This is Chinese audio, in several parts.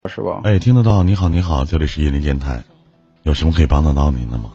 是吧？ 哎，听得到，你好，你好，这里是夜林电台，有什么可以帮得到您的吗？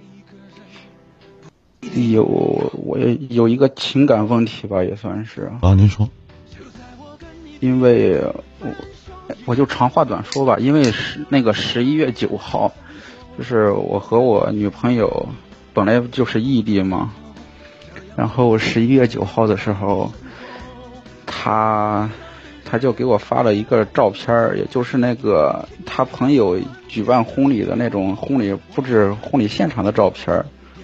我有一个情感问题吧，也算是。 啊，您说。 因为我就长话短说吧，因为那个11月9号，就是我和我女朋友本来就是异地嘛，然后11月9号的时候，她就给我发了一个照片，也就是那个她朋友举办婚礼的那种婚礼布置婚礼现场的照片。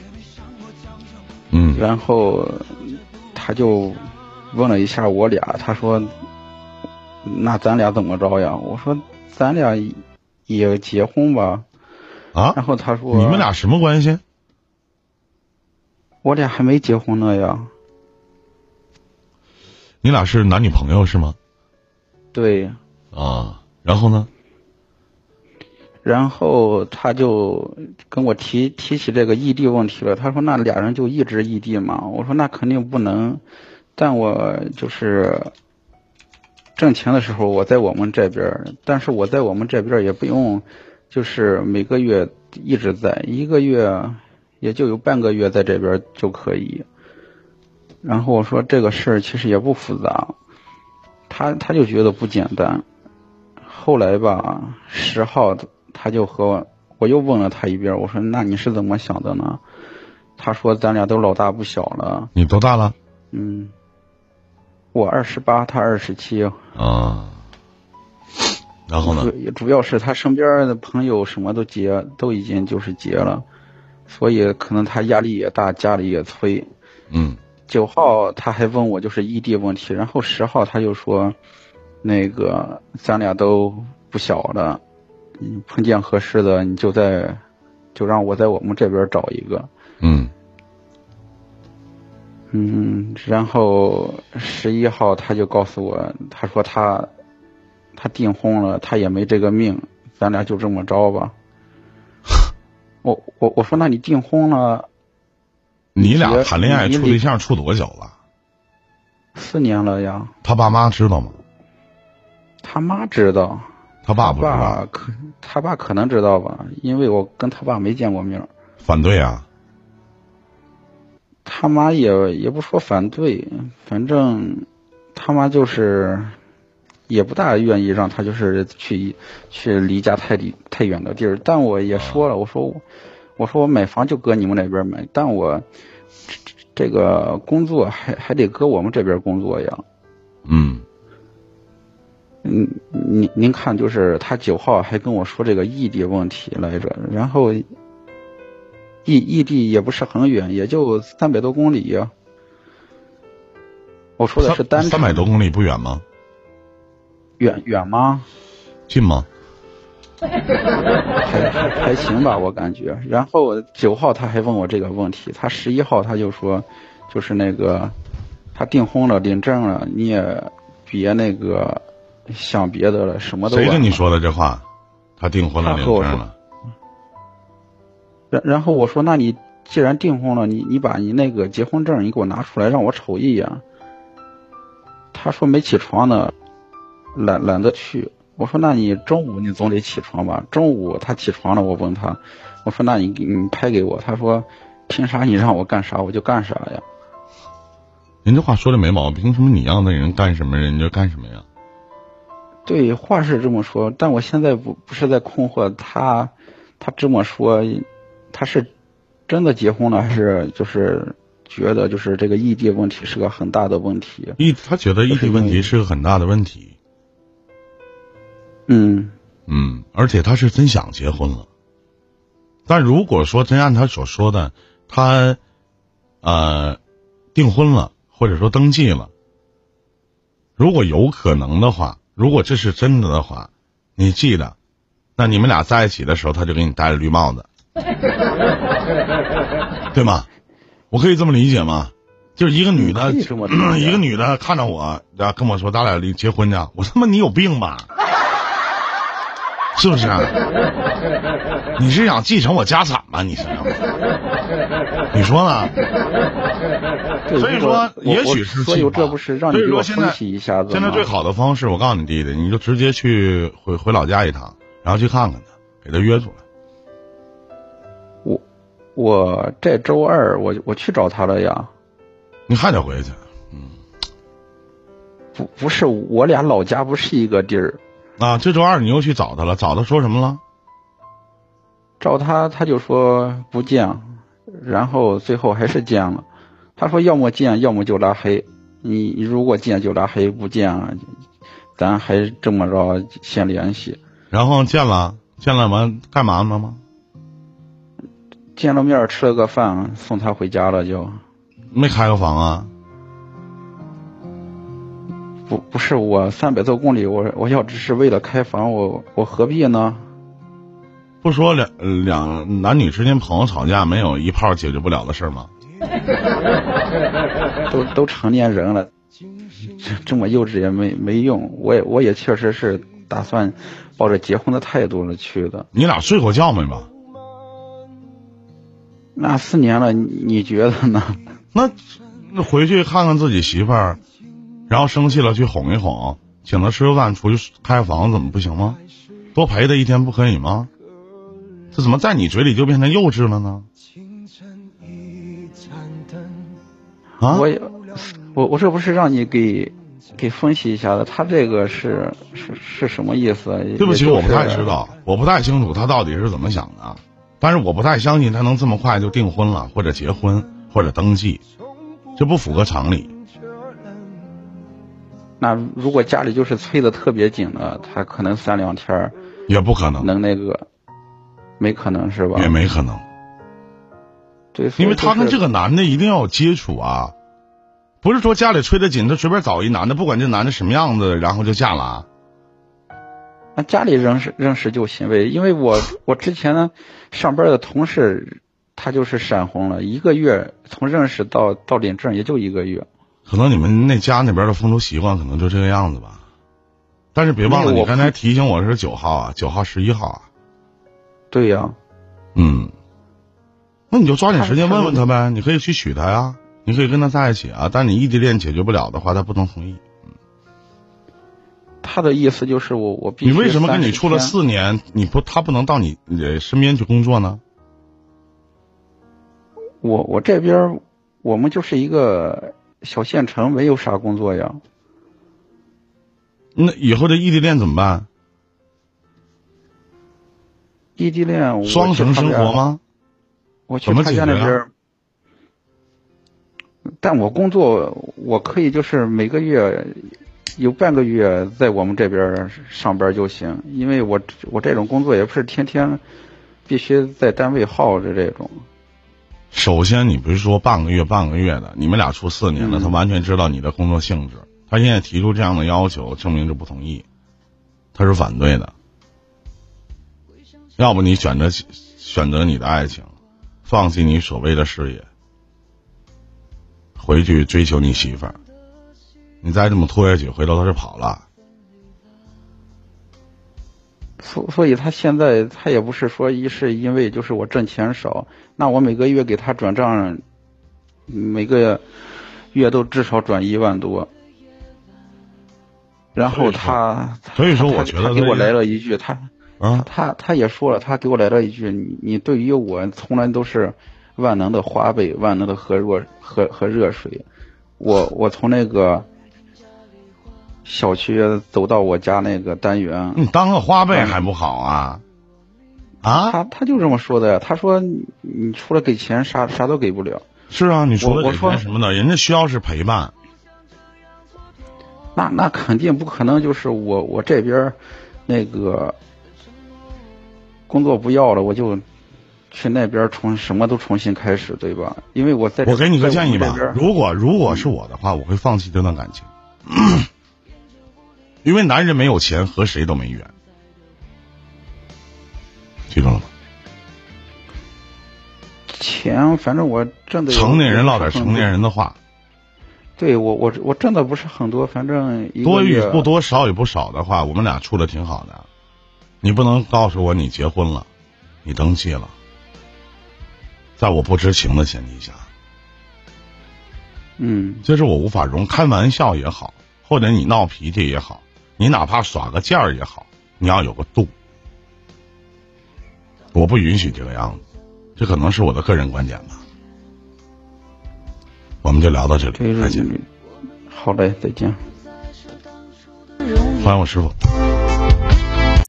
然后他就问了一下我俩，他说那咱俩怎么着呀？我说咱俩也结婚吧。 啊？ 然后他说你们俩什么关系？ 我俩还没结婚呢呀。 你俩是男女朋友是吗？ 对。 啊，然后呢？ 然后他就跟我提起这个异地问题了。他说那俩人就一直异地嘛。我说那肯定不能，但我就是挣钱的时候我在我们这边，但是我在我们这边也不用就是每个月一直在，一个月也就有半个月在这边就可以。然后我说这个事儿其实也不复杂，他就觉得不简单。后来吧10号他就和我又问了他一遍，我说那你是怎么想的呢？他说咱俩都老大不小了。 你多大了？ 我28，他27。 啊。然后呢？ 主要是他身边的朋友什么都已经就是结了，所以可能他压力也大，家里也催。9号他还问我就是异地问题，然后10号他就说那个咱俩都不小了，碰见合适的你就让我在我们这边找一个。然后11号他就告诉我，他说他订婚了，他也没这个命，咱俩就这么着吧。我说那你订婚了， 你俩谈恋爱处对象处多久了 ？4年了呀。 他爸妈知道吗？ 他妈知道。 他爸不知道？ 他爸可能知道吧，因为我跟他爸没见过面。 反对啊？ 他妈也不说反对，反正他妈就是也不大愿意让他就是去离家太远的地儿。但我也说了，我说我买房就搁你们那边买，但我这个工作还得搁我们这边工作呀。您看，就是他9号还跟我说这个异地问题来着，然后异地也不是很远，也就300多公里呀。我说的是单程。 300多公里不远吗？ 远吗？ 近吗？ 还行吧，我感觉。然后9号他还问我这个问题，他11号他就说，就是那个他订婚了，领证了，你也别那个想别的了，什么都。 谁跟你说的这话？他订婚了，领证了。 然后我说，那你既然订婚了，你把你那个结婚证你给我拿出来让我瞅一眼。他说没起床呢，懒得去。我说那你中午你总得起床吧？中午他起床了，我问他，我说那你拍给我。他说凭啥你让我干啥我就干啥呀？ 人这话说的没毛病，凭什么你让那人干什么人就干什么呀？ 对，话是这么说，但我现在不是在困惑他这么说，他是真的结婚了，还是就是觉得就是这个异地问题是个很大的问题？ 他觉得异地问题是个很大的问题。而且他是真想结婚了。但如果说真按他所说的，他订婚了，或者说登记了，如果有可能的话，如果这是真的的话，你记得，那你们俩在一起的时候，他就给你戴了绿帽子，对吗？我可以这么理解吗？就是一个女的，一个女的看着我，跟我说咱俩结婚去，我他妈你有病吧？ 是不是啊？你是想继承我家产吗？你是？你说呢？所以说，也许是所以这不是让你给我分析一下子吗？ 现在最好的方式，我告诉你弟弟，你就直接去回老家一趟，然后去看看他，给他约出来。 我这周二我去找他了呀。 你还得回去。 不是，我俩老家不是一个地儿。 啊，这周二你又去找他了，找他说什么了？ 找他就说不见，然后最后还是见了。他说要么见，要么就拉黑。你如果见就拉黑，不见咱还这么着先联系。 然后见了完干嘛了吗？ 见了面吃了个饭，送他回家了就。 没开个房啊？ 不是，我300多公里，我要只是为了开房，我何必呢？ 不说两男女之间朋友吵架没有一炮解决不了的事吗？ 都成年人了，这么幼稚也没用。我也确实是打算抱着结婚的态度了去的。 你俩睡过觉没吧？ 那4年了，你觉得呢？ 那回去看看自己媳妇儿，然后生气了去哄一哄，请他吃个饭，出去开房，怎么不行吗？多陪他一天不可以吗？这怎么在你嘴里就变成幼稚了呢？啊！ 我这不是让你给分析一下的，他这个是什么意思？ 对不起，我不太知道，我不太清楚他到底是怎么想的，但是我不太相信他能这么快就订婚了，或者结婚，或者登记，这不符合常理。 那如果家里就是催得特别紧的，他可能3、2天也不可能， 能那个，没可能是吧？ 也没可能。 对， 因为他跟这个男的一定要有接触啊，不是说家里催得紧，他随便找一男的，不管这男的什么样子，然后就嫁了啊。 那家里认识就行呗，因为我之前呢上班的同事，他就是闪婚了，1个月从认识到领证也就1个月。 可能你们那家那边的风俗习惯可能就这个样子吧。但是别忘了，你刚才提醒我是9号啊，9号11号啊。 对呀。 那你就抓紧时间问问他呗，你可以去娶她呀，你可以跟他在一起啊，但你异地恋解决不了的话，他不能同意。 他的意思就是我必须。 你为什么跟你处了4年，他不能到你身边去工作呢？ 我这边我们就是一个小县城，没有啥工作呀。 那以后的异地恋怎么办？ 异地恋双城生活吗？ 我去他家那边，但我工作我可以就是每个月有半个月在我们这边上班就行，因为我这种工作也不是天天必须在单位耗着这种。 首先你不是说半个月的，你们俩处4年了，他完全知道你的工作性质，他现在提出这样的要求，证明是不同意，他是反对的。要不你选择你的爱情，放弃你所谓的事业，回去追求你媳妇儿，你再这么拖下去，回头他就跑了。 所以他现在他也不是说是因为就是我挣钱少，那我每个月给他转账，每个月都至少转1万多。然后所以说我觉得他给我来了一句，他也说了，他给我来了一句，你对于我从来都是万能的花呗，万能的和热水。我从那个小区走到我家那个单元， 你当个花呗还不好啊？啊？ 他就这么说的呀。他说你除了给钱啥都给不了。 是啊，你除了给钱什么的，人家需要是陪伴。 那肯定不可能，就是我这边那个工作不要了，我就去那边什么都重新开始，对吧？因为我给你个建议吧，如果是我的话，我会放弃这段感情。因为男人没有钱和谁都没缘，记住了吗？ 钱反正我挣的成年人唠点成年人的话。 对，我挣的不是很多，反正一个多与不多，少与不少的话，我们俩处的挺好的。 你不能告诉我你结婚了，你登记了，在我不知情的前提下。这是我无法容。开玩笑也好，或者你闹脾气也好，你哪怕耍个劲儿也好，你要有个度。我不允许这个样子，这可能是我的个人观点吧。我们就聊到这里，再见。 好嘞，再见。 欢迎我师傅。